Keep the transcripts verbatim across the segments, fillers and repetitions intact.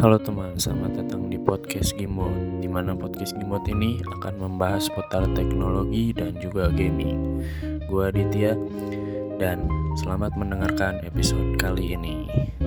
Halo teman, selamat datang di podcast Gimbot, di mana podcast Gimbot ini akan membahas seputar teknologi dan juga gaming. Gua Aditya dan selamat mendengarkan episode kali ini.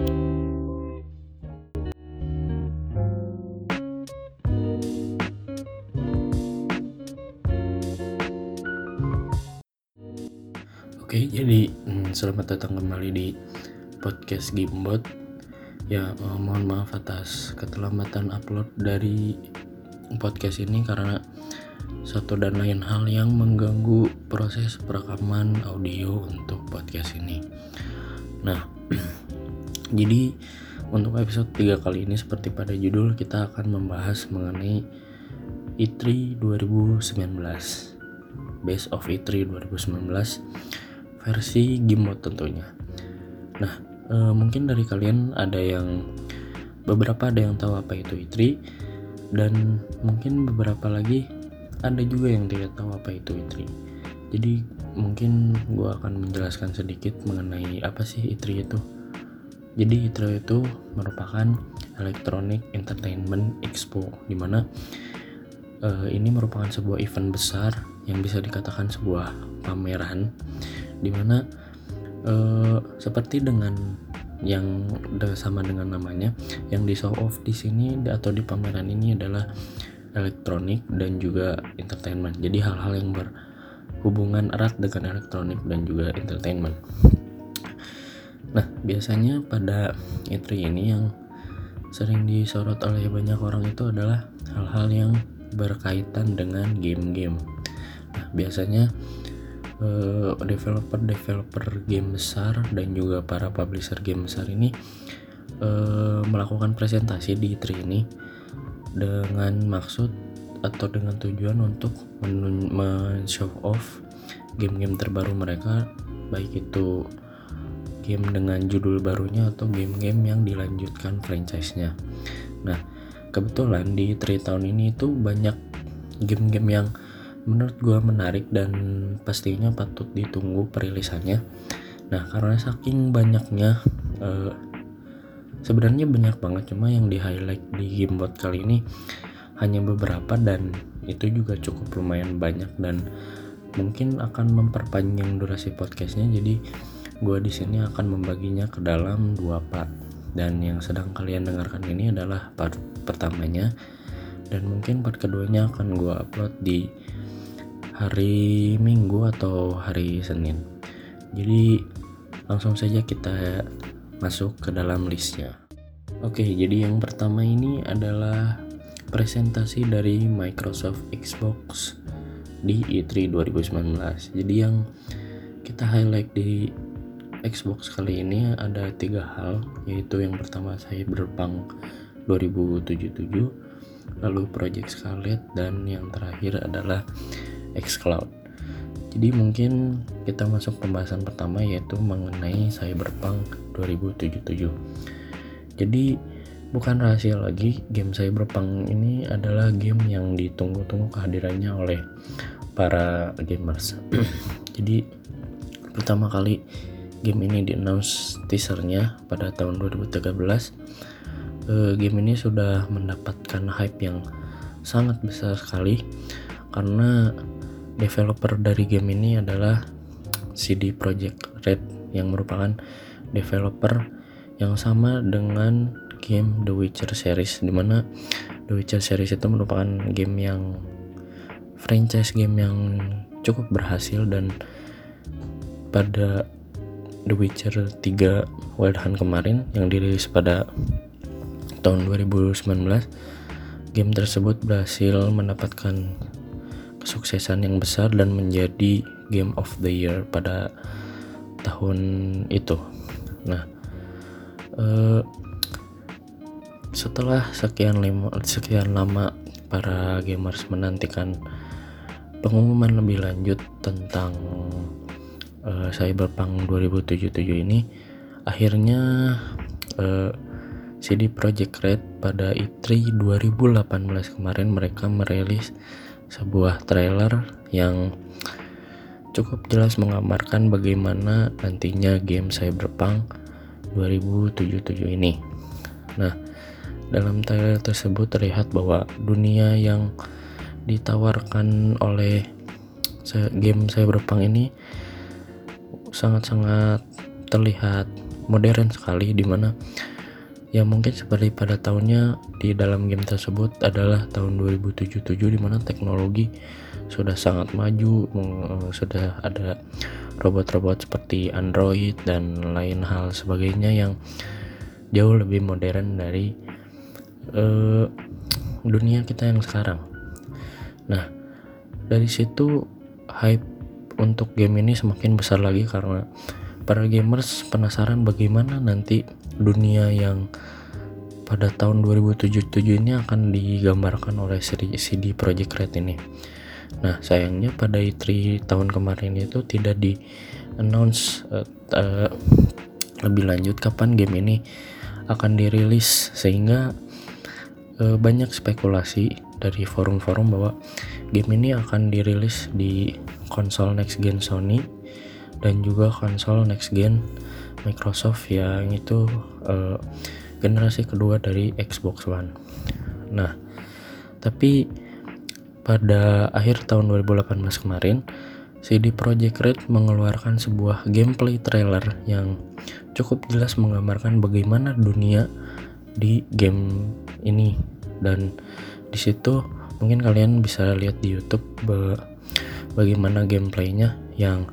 Oke, jadi hmm, selamat datang kembali di podcast Gimbot. Ya, eh, mohon maaf atas keterlambatan upload dari podcast ini karena satu dan lain hal yang mengganggu proses perekaman audio untuk podcast ini. Nah, jadi untuk episode tiga kali ini seperti pada judul, kita akan membahas mengenai E tiga dua ribu sembilan belas, Best of E tiga dua ribu sembilan belas versi Gimbot tentunya. Nah, e, mungkin dari kalian ada yang beberapa ada yang tahu apa itu E tiga, dan mungkin beberapa lagi ada juga yang tidak tahu apa itu E tiga. Jadi mungkin gue akan menjelaskan sedikit mengenai apa sih E tiga itu. Jadi E tiga itu merupakan Electronic Entertainment Expo, dimana e, ini merupakan sebuah event besar yang bisa dikatakan sebuah pameran, dimana Uh, seperti dengan yang sama dengan namanya, yang di show off di sini atau di pameran ini adalah elektronik dan juga entertainment. Jadi hal-hal yang berhubungan erat dengan elektronik dan juga entertainment. Nah, biasanya pada E tiga ini yang sering disorot oleh banyak orang itu adalah hal-hal yang berkaitan dengan game-game. Nah, biasanya Uh, developer-developer game besar dan juga para publisher game besar ini uh, melakukan presentasi di E tiga ini dengan maksud atau dengan tujuan untuk men-show off game-game terbaru mereka, baik itu game dengan judul barunya atau game-game yang dilanjutkan franchise-nya. Nah, kebetulan di E tiga tahun ini itu banyak game-game yang menurut gue menarik dan pastinya patut ditunggu perilisannya. Nah, karena saking banyaknya, eh, sebenarnya banyak banget, cuma yang di highlight di Gimbot kali ini hanya beberapa, dan itu juga cukup lumayan banyak dan mungkin akan memperpanjang durasi podcastnya. Jadi gue di sini akan membaginya ke dalam dua part, dan yang sedang kalian dengarkan ini adalah part pertamanya, dan mungkin part keduanya akan gue upload di hari Minggu atau hari Senin. Jadi langsung saja kita masuk ke dalam listnya. Oke, jadi yang pertama ini adalah presentasi dari Microsoft Xbox di E tiga dua ribu sembilan belas. Jadi yang kita highlight di Xbox kali ini ada tiga hal, yaitu yang pertama Cyberpunk dua ribu tujuh puluh tujuh, lalu Project Scarlet, dan yang terakhir adalah xCloud. Jadi mungkin kita masuk pembahasan pertama, yaitu mengenai Cyberpunk dua ribu tujuh puluh tujuh. Jadi bukan rahasia lagi, game Cyberpunk ini adalah game yang ditunggu-tunggu kehadirannya oleh para gamers. Jadi pertama kali game ini di-announce teasernya pada tahun dua ribu tiga belas. eh, Game ini sudah mendapatkan hype yang sangat besar sekali karena developer dari game ini adalah C D Projekt Red, yang merupakan developer yang sama dengan game The Witcher series, dimana The Witcher series itu merupakan game yang franchise game yang cukup berhasil, dan pada The Witcher tiga Wild Hunt kemarin yang dirilis pada tahun dua ribu sembilan belas, game tersebut berhasil mendapatkan kesuksesan yang besar dan menjadi Game of the Year pada tahun itu. Nah, eh, setelah sekian lima, sekian lama para gamers menantikan pengumuman lebih lanjut tentang eh, Cyberpunk dua ribu tujuh puluh tujuh ini, akhirnya eh, C D Projekt Red pada E tiga dua ribu delapan belas kemarin mereka merilis sebuah trailer yang cukup jelas menggambarkan bagaimana nantinya game Cyberpunk dua ribu tujuh puluh tujuh ini. Nah, dalam trailer tersebut terlihat bahwa dunia yang ditawarkan oleh game Cyberpunk ini sangat-sangat terlihat modern sekali, dimana ya mungkin seperti pada tahunnya di dalam game tersebut adalah tahun dua ribu tujuh puluh tujuh, dimana teknologi sudah sangat maju, sudah ada robot-robot seperti Android dan lain hal sebagainya yang jauh lebih modern dari uh, dunia kita yang sekarang. Nah, dari situ hype untuk game ini semakin besar lagi karena para gamers penasaran bagaimana nanti dunia yang pada tahun dua ribu tujuh puluh tujuh ini akan digambarkan oleh C D Projekt Red ini. Nah, sayangnya pada E tiga tahun kemarin itu tidak di announce uh, uh, lebih lanjut kapan game ini akan dirilis, sehingga uh, banyak spekulasi dari forum-forum bahwa game ini akan dirilis di konsol next gen Sony dan juga konsol next gen Microsoft yang itu uh, generasi kedua dari Xbox One. Nah, tapi pada akhir tahun dua ribu delapan belas kemarin, C D Projekt Red mengeluarkan sebuah gameplay trailer yang cukup jelas menggambarkan bagaimana dunia di game ini, dan di situ mungkin kalian bisa lihat di YouTube bagaimana gameplaynya yang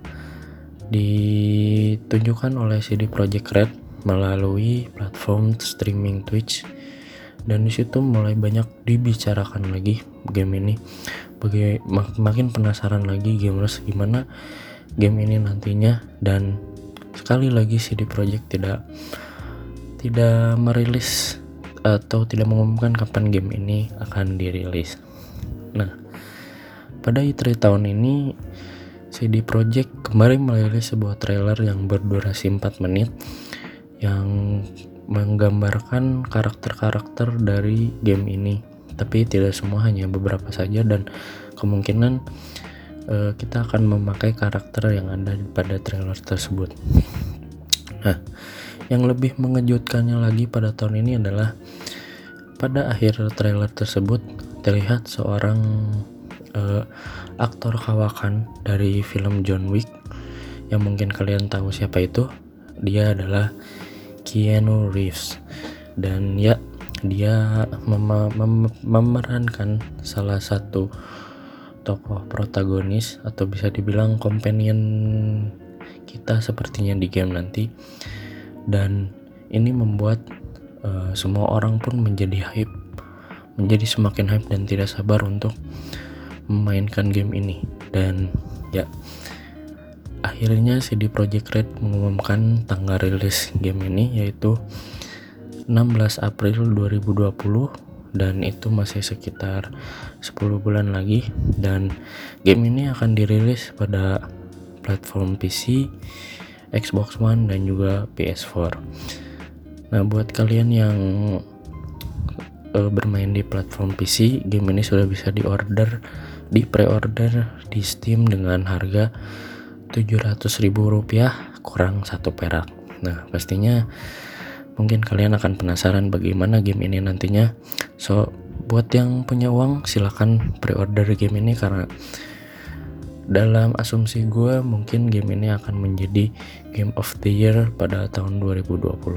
ditunjukkan oleh C D Projekt Red melalui platform streaming Twitch. Dan di situ mulai banyak dibicarakan lagi game ini. Bagi mak- makin penasaran lagi gamers gimana game ini nantinya, dan sekali lagi C D Projekt tidak tidak merilis atau tidak mengumumkan kapan game ini akan dirilis. Nah, pada E tiga tahun ini C D Projekt kembali merilis sebuah trailer yang berdurasi empat menit yang menggambarkan karakter-karakter dari game ini, tapi tidak semua, hanya beberapa saja, dan kemungkinan uh, kita akan memakai karakter yang ada pada trailer tersebut. Nah, yang lebih mengejutkannya lagi pada tahun ini adalah pada akhir trailer tersebut terlihat seorang uh, aktor kawakan dari film John Wick yang mungkin kalian tahu siapa itu. Dia adalah Keanu Reeves, dan ya dia mem- mem- memerankan salah satu tokoh protagonis atau bisa dibilang companion kita sepertinya di game nanti, dan ini membuat uh, semua orang pun menjadi hype, menjadi semakin hype dan tidak sabar untuk memainkan game ini. Dan ya akhirnya C D Projekt Red mengumumkan tanggal rilis game ini, yaitu enam belas April dua ribu dua puluh, dan itu masih sekitar sepuluh bulan lagi, dan game ini akan dirilis pada platform P C, Xbox One, dan juga P S four. Nah, buat kalian yang uh, bermain di platform P C, game ini sudah bisa diorder, di pre-order di Steam dengan harga tujuh ratus ribu rupiah kurang satu perak. Nah, pastinya mungkin kalian akan penasaran bagaimana game ini nantinya. So, buat yang punya uang silakan pre-order game ini, karena dalam asumsi gue mungkin game ini akan menjadi Game of the Year pada tahun dua ribu dua puluh.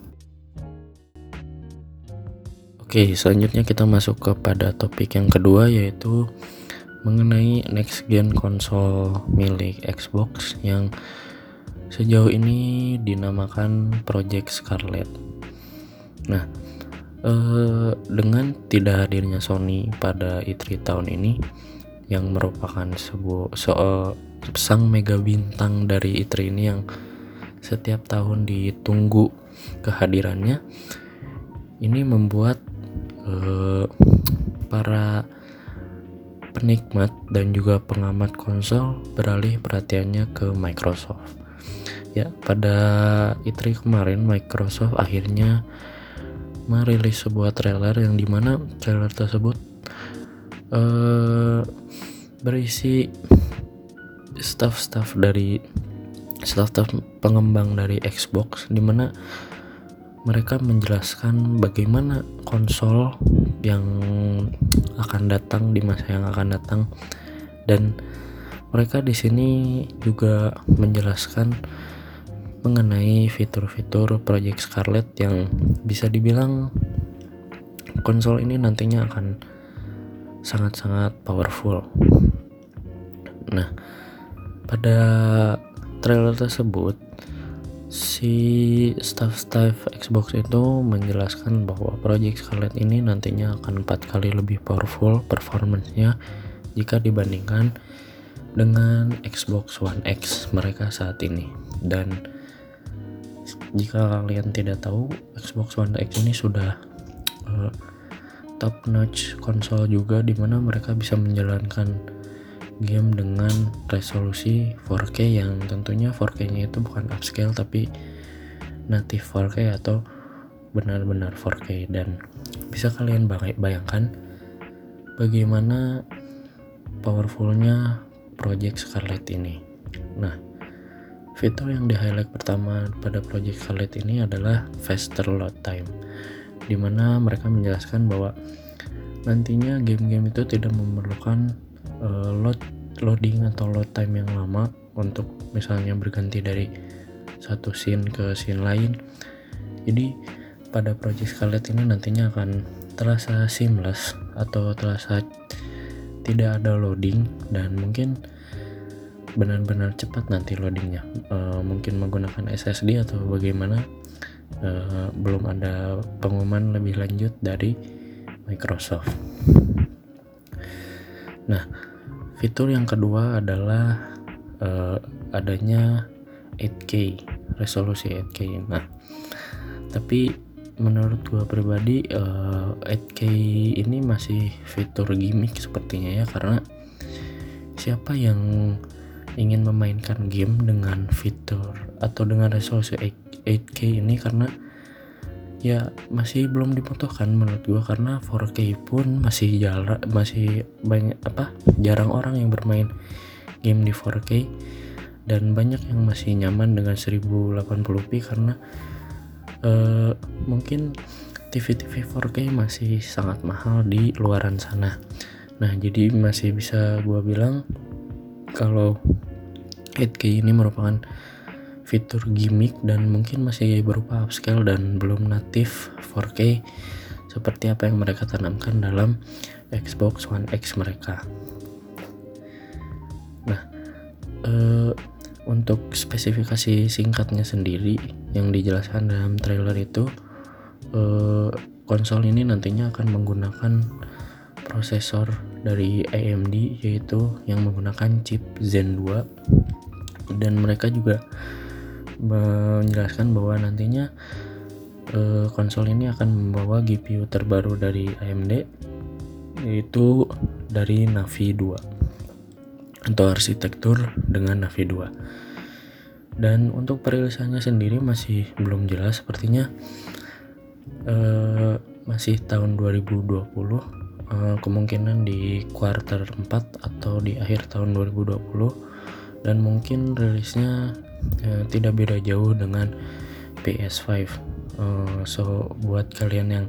Oke, selanjutnya kita masuk kepada topik yang kedua, yaitu mengenai next gen konsol milik Xbox yang sejauh ini dinamakan Project Scarlet. Nah, eh, dengan tidak hadirnya Sony pada E tiga tahun ini, yang merupakan sebuah so, sang mega bintang dari E tiga ini yang setiap tahun ditunggu kehadirannya, ini membuat eh, para penikmat dan juga pengamat konsol beralih perhatiannya ke Microsoft. Ya, pada E tiga kemarin Microsoft akhirnya merilis sebuah trailer yang dimana trailer tersebut uh, berisi staff-staff dari staff-staff pengembang dari Xbox, dimana mereka menjelaskan bagaimana konsol yang akan datang di masa yang akan datang, dan mereka di sini juga menjelaskan mengenai fitur-fitur Project Scarlett yang bisa dibilang konsol ini nantinya akan sangat-sangat powerful. Nah, pada trailer tersebut si staff-staff Xbox itu menjelaskan bahwa Project Scarlett ini nantinya akan empat kali lebih powerful performance-nya jika dibandingkan dengan Xbox One X mereka saat ini. Dan jika kalian tidak tahu, Xbox One X ini sudah uh, top notch konsol juga, dimana mereka bisa menjalankan game dengan resolusi four K yang tentunya four K-nya itu bukan upscale tapi native four K atau benar-benar four K. Dan bisa kalian bayangkan bagaimana powerfulnya Project Scarlett ini. Nah, fitur yang di-highlight pertama pada Project Scarlett ini adalah faster load time, dimana mereka menjelaskan bahwa nantinya game-game itu tidak memerlukan uh, load loading atau load time yang lama untuk misalnya berganti dari satu scene ke scene lain. Jadi pada Project Scarlett ini nantinya akan terasa seamless atau terasa tidak ada loading, dan mungkin benar-benar cepat nanti loadingnya. Uh, mungkin menggunakan S S D atau bagaimana, uh, belum ada pengumuman lebih lanjut dari Microsoft. Nah, fitur yang kedua adalah uh, adanya eight K, resolusi eight K. Nah, tapi menurut gua pribadi uh, eight K ini masih fitur gimmick sepertinya ya, karena siapa yang ingin memainkan game dengan fitur atau dengan resolusi eight K ini, karena ya masih belum dibutuhkan menurut gua, karena four K pun masih jarang, masih banyak apa jarang orang yang bermain game di four K, dan banyak yang masih nyaman dengan seribu delapan puluh p karena uh, mungkin T V T V four K masih sangat mahal di luaran sana. Nah, jadi masih bisa gua bilang kalau eight K ini merupakan fitur gimmick dan mungkin masih berupa upscale dan belum native four K seperti apa yang mereka tanamkan dalam Xbox One X mereka. Nah, eh, untuk spesifikasi singkatnya sendiri yang dijelaskan dalam trailer itu, eh, konsol ini nantinya akan menggunakan prosesor dari A M D, yaitu yang menggunakan chip Zen two, dan mereka juga menjelaskan bahwa nantinya eh, konsol ini akan membawa G P U terbaru dari A M D, yaitu dari Navi two atau arsitektur dengan Navi two. Dan untuk perilisannya sendiri masih belum jelas, sepertinya eh, masih tahun dua ribu dua puluh, eh, kemungkinan di kuartal empat atau di akhir tahun dua ribu dua puluh, dan mungkin rilisnya eh, tidak beda jauh dengan P S five. Uh, so buat kalian yang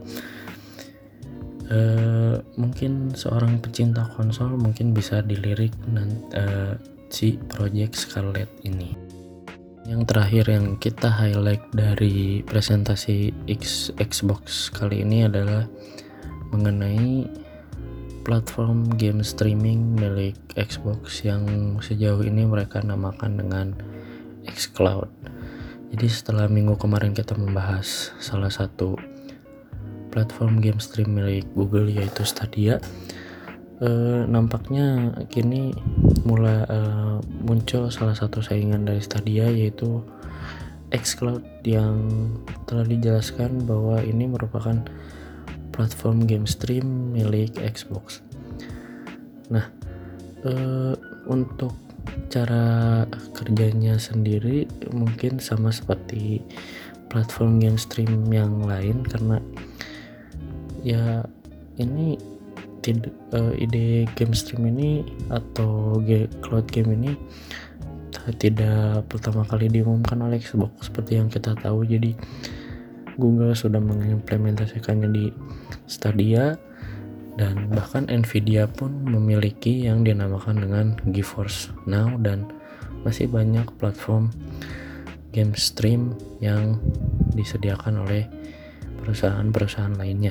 uh, mungkin seorang pecinta konsol, mungkin bisa dilirik nanti, uh, si Project Scarlett ini. Yang terakhir yang kita highlight dari presentasi X, Xbox kali ini adalah mengenai platform game streaming milik Xbox yang sejauh ini mereka namakan dengan xCloud. Jadi setelah minggu kemarin kita membahas salah satu platform game stream milik Google, yaitu Stadia, eh, nampaknya kini mulai eh, muncul salah satu saingan dari Stadia, yaitu xCloud, yang telah dijelaskan bahwa ini merupakan platform game stream milik Xbox. Nah, eh, untuk cara kerjanya sendiri mungkin sama seperti platform game stream yang lain, karena ya ini tidak, uh, ide game stream ini atau ge- cloud game ini tidak pertama kali diumumkan oleh Xbox seperti yang kita tahu. Jadi Google sudah mengimplementasikannya di Stadia, dan bahkan Nvidia pun memiliki yang dinamakan dengan GeForce Now, dan masih banyak platform game stream yang disediakan oleh perusahaan-perusahaan lainnya.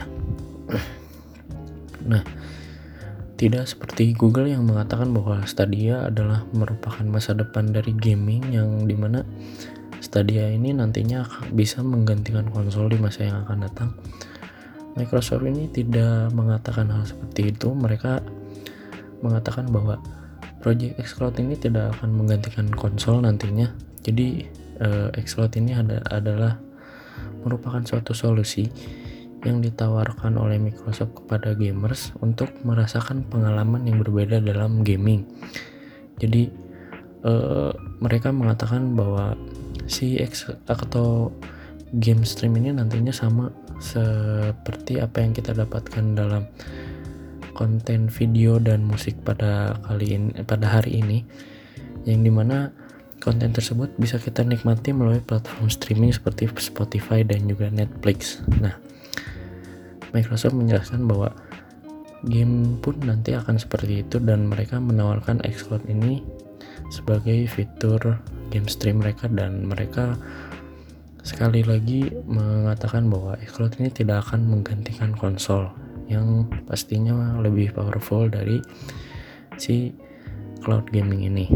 Nah, tidak seperti Google yang mengatakan bahwa Stadia adalah merupakan masa depan dari gaming, yang dimana Stadia ini nantinya bisa menggantikan konsol di masa yang akan datang. Microsoft ini tidak mengatakan hal seperti itu. Mereka mengatakan bahwa Project xCloud ini tidak akan menggantikan konsol nantinya. Jadi eh, xCloud ini ada, adalah merupakan suatu solusi yang ditawarkan oleh Microsoft kepada gamers untuk merasakan pengalaman yang berbeda dalam gaming. Jadi eh, mereka mengatakan bahwa si X atau game stream ini nantinya sama seperti apa yang kita dapatkan dalam konten video dan musik pada kali ini pada hari ini, yang dimana konten tersebut bisa kita nikmati melalui platform streaming seperti Spotify dan juga Netflix. Nah, Microsoft menjelaskan bahwa game pun nanti akan seperti itu, dan mereka menawarkan xCloud ini sebagai fitur game stream mereka, dan mereka sekali lagi mengatakan bahwa xCloud ini tidak akan menggantikan konsol yang pastinya lebih powerful dari si cloud gaming ini.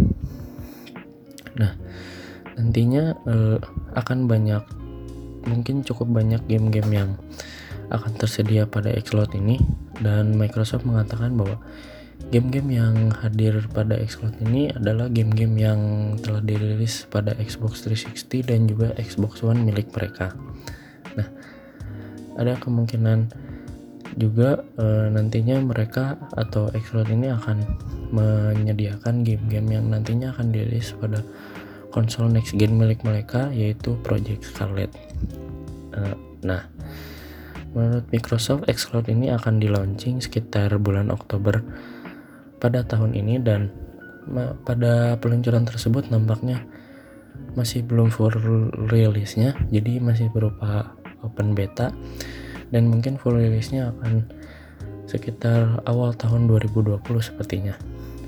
Nah, nantinya eh, akan banyak, mungkin cukup banyak game-game yang akan tersedia pada xCloud ini, dan Microsoft mengatakan bahwa game-game yang hadir pada xCloud ini adalah game-game yang telah dirilis pada Xbox three sixty dan juga Xbox One milik mereka. Nah, ada kemungkinan juga e, nantinya mereka atau xCloud ini akan menyediakan game-game yang nantinya akan dirilis pada konsol next gen milik mereka, yaitu Project Scarlet. E, nah, menurut Microsoft, xCloud ini akan di-launching sekitar bulan Oktober pada tahun ini, dan pada peluncuran tersebut nampaknya masih belum full rilisnya, jadi masih berupa open beta, dan mungkin full rilisnya akan sekitar awal tahun dua ribu dua puluh sepertinya.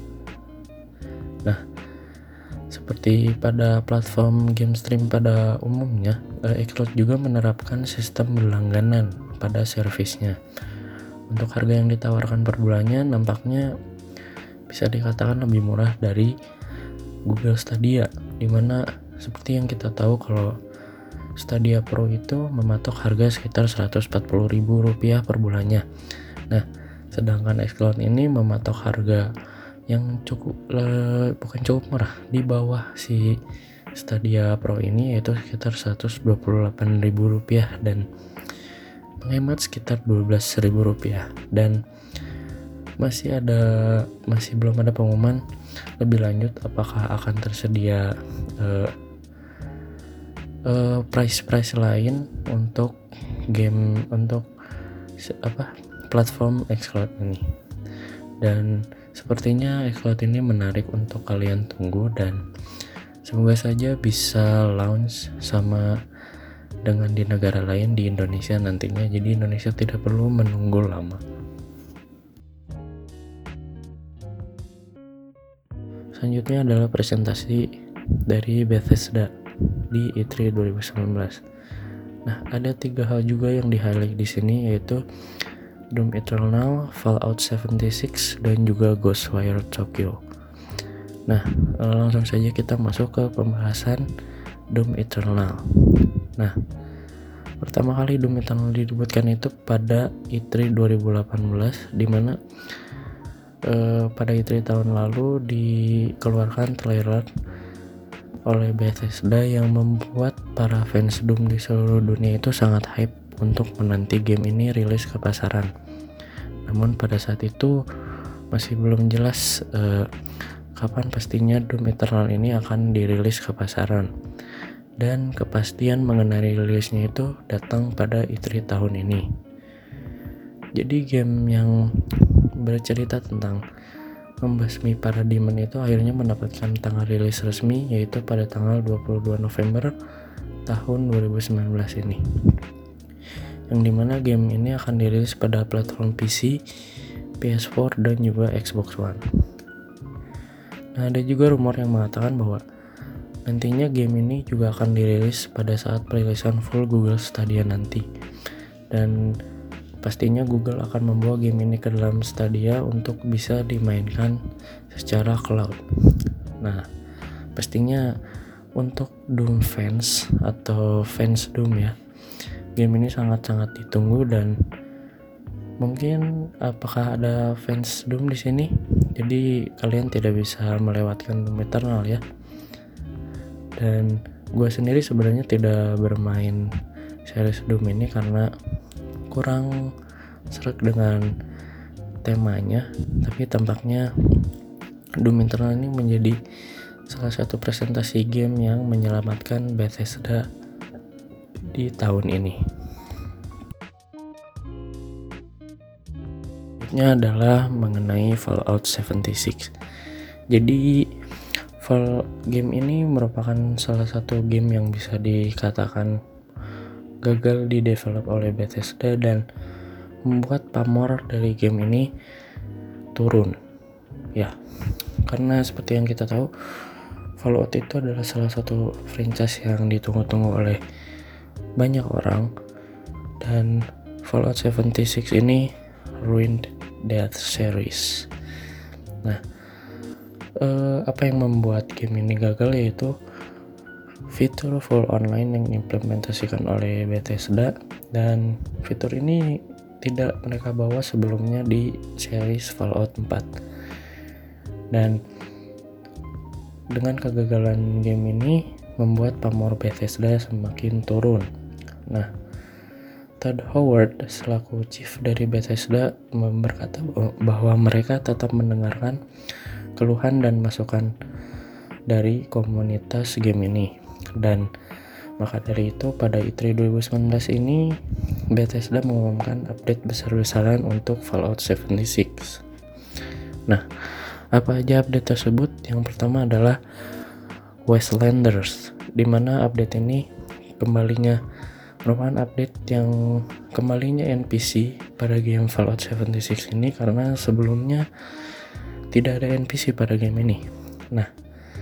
Nah, seperti pada platform game stream pada umumnya, xCloud juga menerapkan sistem berlangganan pada servisnya. Untuk harga yang ditawarkan per bulannya nampaknya bisa dikatakan lebih murah dari Google Stadia, dimana seperti yang kita tahu kalau Stadia Pro itu mematok harga sekitar seratus empat puluh ribu rupiah per bulannya. Nah, sedangkan xCloud ini mematok harga yang cukup le, bukan cukup murah, di bawah si Stadia Pro ini, yaitu sekitar seratus dua puluh delapan ribu rupiah, dan menghemat sekitar dua belas ribu rupiah. Dan masih ada masih belum ada pengumuman lebih lanjut apakah akan tersedia uh, uh, price-price lain untuk game untuk apa platform xCloud ini. Dan sepertinya xCloud ini menarik untuk kalian tunggu, dan semoga saja bisa launch sama dengan di negara lain di Indonesia nantinya, jadi Indonesia tidak perlu menunggu lama. Selanjutnya adalah presentasi dari Bethesda di E three dua ribu sembilan belas. Nah, ada tiga hal juga yang di-highlight di sini, yaitu Doom Eternal, Fallout seventy-six, dan juga Ghostwire Tokyo. Nah, langsung saja kita masuk ke pembahasan Doom Eternal. Nah, pertama kali Doom Eternal didebuitkan itu pada E three dua ribu delapan belas, di mana eh, pada E three tahun lalu dikeluarkan trailer oleh Bethesda yang membuat para fans Doom di seluruh dunia itu sangat hype untuk menanti game ini rilis ke pasaran. Namun pada saat itu masih belum jelas eh, kapan pastinya Doom Eternal ini akan dirilis ke pasaran. Dan kepastian mengenai rilisnya itu datang pada E three tahun ini. Jadi game yang bercerita tentang membasmi para demon itu akhirnya mendapatkan tanggal rilis resmi, yaitu pada tanggal dua puluh dua November tahun dua ribu sembilan belas ini. yang dimana game ini akan dirilis pada platform P C, P S four, dan juga Xbox One. Nah, ada juga rumor yang mengatakan bahwa nantinya game ini juga akan dirilis pada saat perilisan full Google Stadia nanti. Dan pastinya Google akan membawa game ini ke dalam Stadia untuk bisa dimainkan secara cloud. Nah, pastinya untuk Doom fans atau fans Doom ya, game ini sangat-sangat ditunggu. Dan mungkin apakah ada fans Doom di sini? Jadi kalian tidak bisa melewatkan Doom Eternal ya. Dan gue sendiri sebenarnya tidak bermain series Doom ini karena kurang serak dengan temanya, tapi tampaknya Doom Eternal ini menjadi salah satu presentasi game yang menyelamatkan Bethesda di tahun ini. Selanjutnya adalah mengenai Fallout seventy-six. Jadi Fall game ini merupakan salah satu game yang bisa dikatakan gagal di-develop oleh Bethesda dan membuat pamor dari game ini turun. Ya, karena seperti yang kita tahu, Fallout itu adalah salah satu franchise yang ditunggu-tunggu oleh banyak orang, dan Fallout seventy-six ini ruined that series. Nah, eh, apa yang membuat game ini gagal yaitu fitur full online yang diimplementasikan oleh Bethesda, dan fitur ini tidak mereka bawa sebelumnya di series Fallout four. Dan dengan kegagalan game ini membuat pamor Bethesda semakin turun. Nah, Todd Howard selaku chief dari Bethesda berkata bahwa mereka tetap mendengarkan keluhan dan masukan dari komunitas game ini. Dan maka dari itu pada E three twenty nineteen ini Bethesda mengumumkan update besar-besaran untuk Fallout seventy-six. Nah, apa aja update tersebut? Yang pertama adalah Wastelanders, di mana update ini kembalinya merupakan update yang kembalinya N P C pada game Fallout seventy-six ini, karena sebelumnya tidak ada N P C pada game ini. Nah,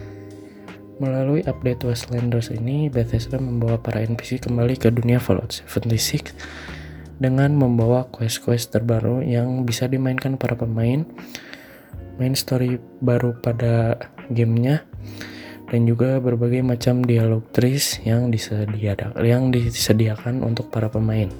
melalui update Wastelanders ini, Bethesda membawa para N P C kembali ke dunia Fallout seventy-six dengan membawa quest-quest terbaru yang bisa dimainkan para pemain, main story baru pada gamenya, dan juga berbagai macam dialog trees yang disediakan, yang disediakan untuk para pemain.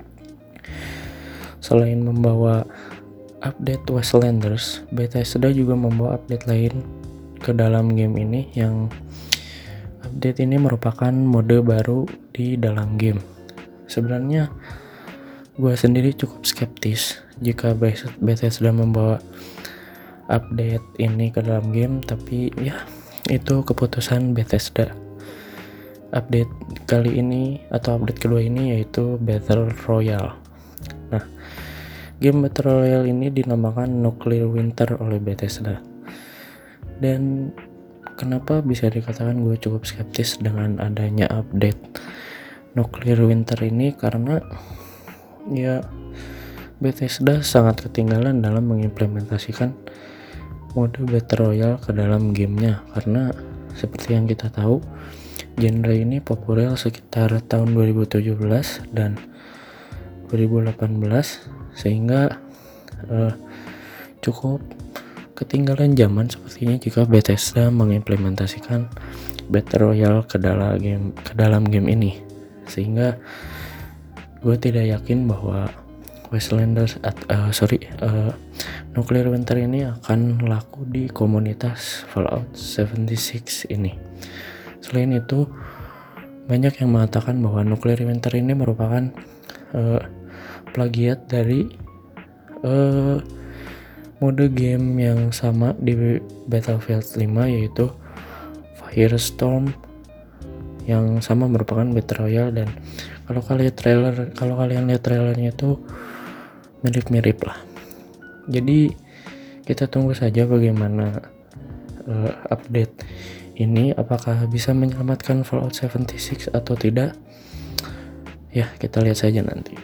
Selain membawa update Wastelanders, Bethesda juga membawa update lain ke dalam game ini, yang update ini merupakan mode baru di dalam game. Sebenarnya gue sendiri cukup skeptis jika Bethesda membawa update ini ke dalam game, tapi ya itu keputusan Bethesda. Update kali ini atau update kedua ini yaitu Battle Royale. Nah, game Battle Royale ini dinamakan Nuclear Winter oleh Bethesda. Dan kenapa bisa dikatakan gue cukup skeptis dengan adanya update Nuclear Winter ini? Karena ya Bethesda sangat ketinggalan dalam mengimplementasikan mode Battle Royale ke dalam gamenya, karena seperti yang kita tahu genre ini populer sekitar tahun dua ribu tujuh belas dan dua ribu delapan belas, sehingga uh, cukup ketinggalan zaman sepertinya jika Bethesda mengimplementasikan Battle Royale ke dalam game ke dalam game ini, sehingga gue tidak yakin bahwa Wastelanders uh, sorry uh, Nuclear Winter ini akan laku di komunitas Fallout seventy-six ini. Selain itu, banyak yang mengatakan bahwa Nuclear Winter ini merupakan uh, plagiat dari uh, mode game yang sama di Battlefield five, yaitu Firestorm, yang sama merupakan Battle Royale. Dan kalau kalian trailer kalau kalian lihat trailernya itu mirip-mirip lah. Jadi kita tunggu saja bagaimana uh, update ini, apakah bisa menyelamatkan Fallout seventy-six atau tidak. Ya, kita lihat saja nanti.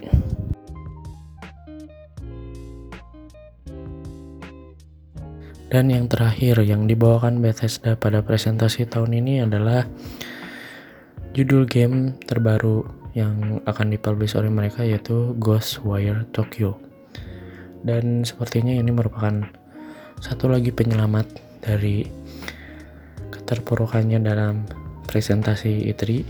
Dan yang terakhir yang dibawakan Bethesda pada presentasi tahun ini adalah judul game terbaru yang akan dipublish oleh mereka, yaitu Ghostwire Tokyo. Dan sepertinya ini merupakan satu lagi penyelamat dari keterpurukannya dalam presentasi E tiga.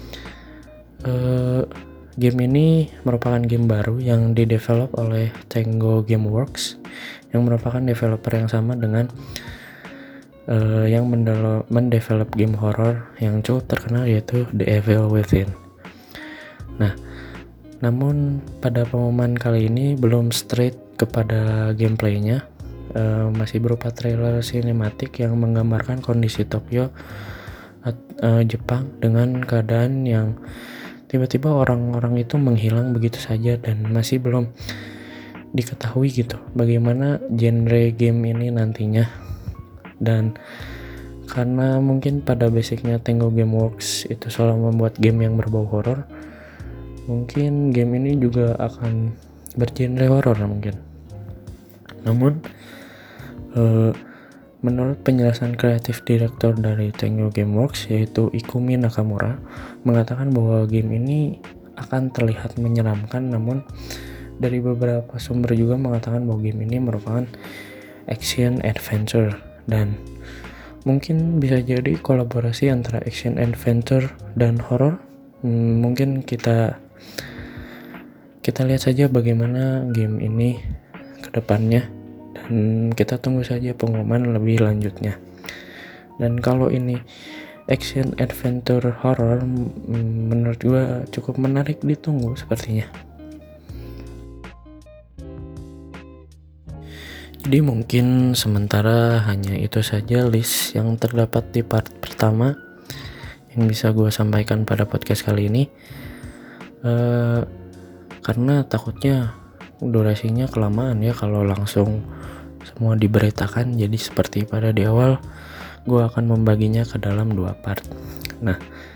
Uh, game ini merupakan game baru yang didevelop oleh Tango Gameworks, yang merupakan developer yang sama dengan uh, yang mendelo- mendevelop game horror yang cukup terkenal, yaitu The Evil Within. Nah, namun pada pengumuman kali ini belum straight kepada gameplaynya, uh, masih berupa trailer sinematik yang menggambarkan kondisi Tokyo, uh, Jepang, dengan keadaan yang tiba-tiba orang-orang itu menghilang begitu saja dan masih belum diketahui gitu bagaimana genre game ini nantinya. Dan karena mungkin pada basicnya Tango Gameworks itu selalu membuat game yang berbau horor, mungkin game ini juga akan bergenre horor mungkin. Namun uh, menurut penjelasan kreatif direktur dari Tango Gameworks, yaitu Ikumi Nakamura, mengatakan bahwa game ini akan terlihat menyeramkan, namun dari beberapa sumber juga mengatakan bahwa game ini merupakan action adventure dan mungkin bisa jadi kolaborasi antara action adventure dan horror. Hmm, mungkin kita kita lihat saja bagaimana game ini ke depannya. Dan kita tunggu saja pengumuman lebih lanjutnya. Dan kalau ini action adventure horror, menurut gue cukup menarik ditunggu sepertinya. Jadi mungkin sementara hanya itu saja list yang terdapat di part pertama yang bisa gue sampaikan pada podcast kali ini. Uh, karena takutnya durasinya kelamaan ya kalau langsung semua diberitakan. Jadi seperti pada di awal, gue akan membaginya ke dalam dua part. Nah,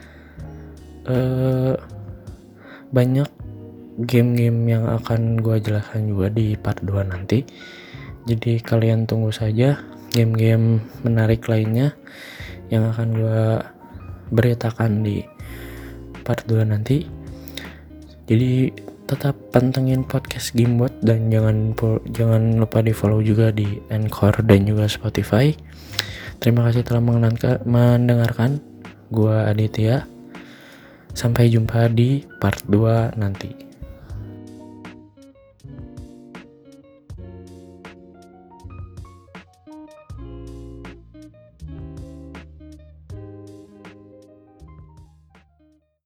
eh, banyak game-game yang akan gue jelaskan juga di part dua nanti. Jadi kalian tunggu saja game-game menarik lainnya yang akan gue beritakan di part dua nanti. Jadi tetap pantengin podcast Gamebot dan jangan jangan lupa di follow juga di Anchor dan juga Spotify. Terima kasih telah mendengarkan. Gua Aditya. Sampai jumpa di part dua nanti.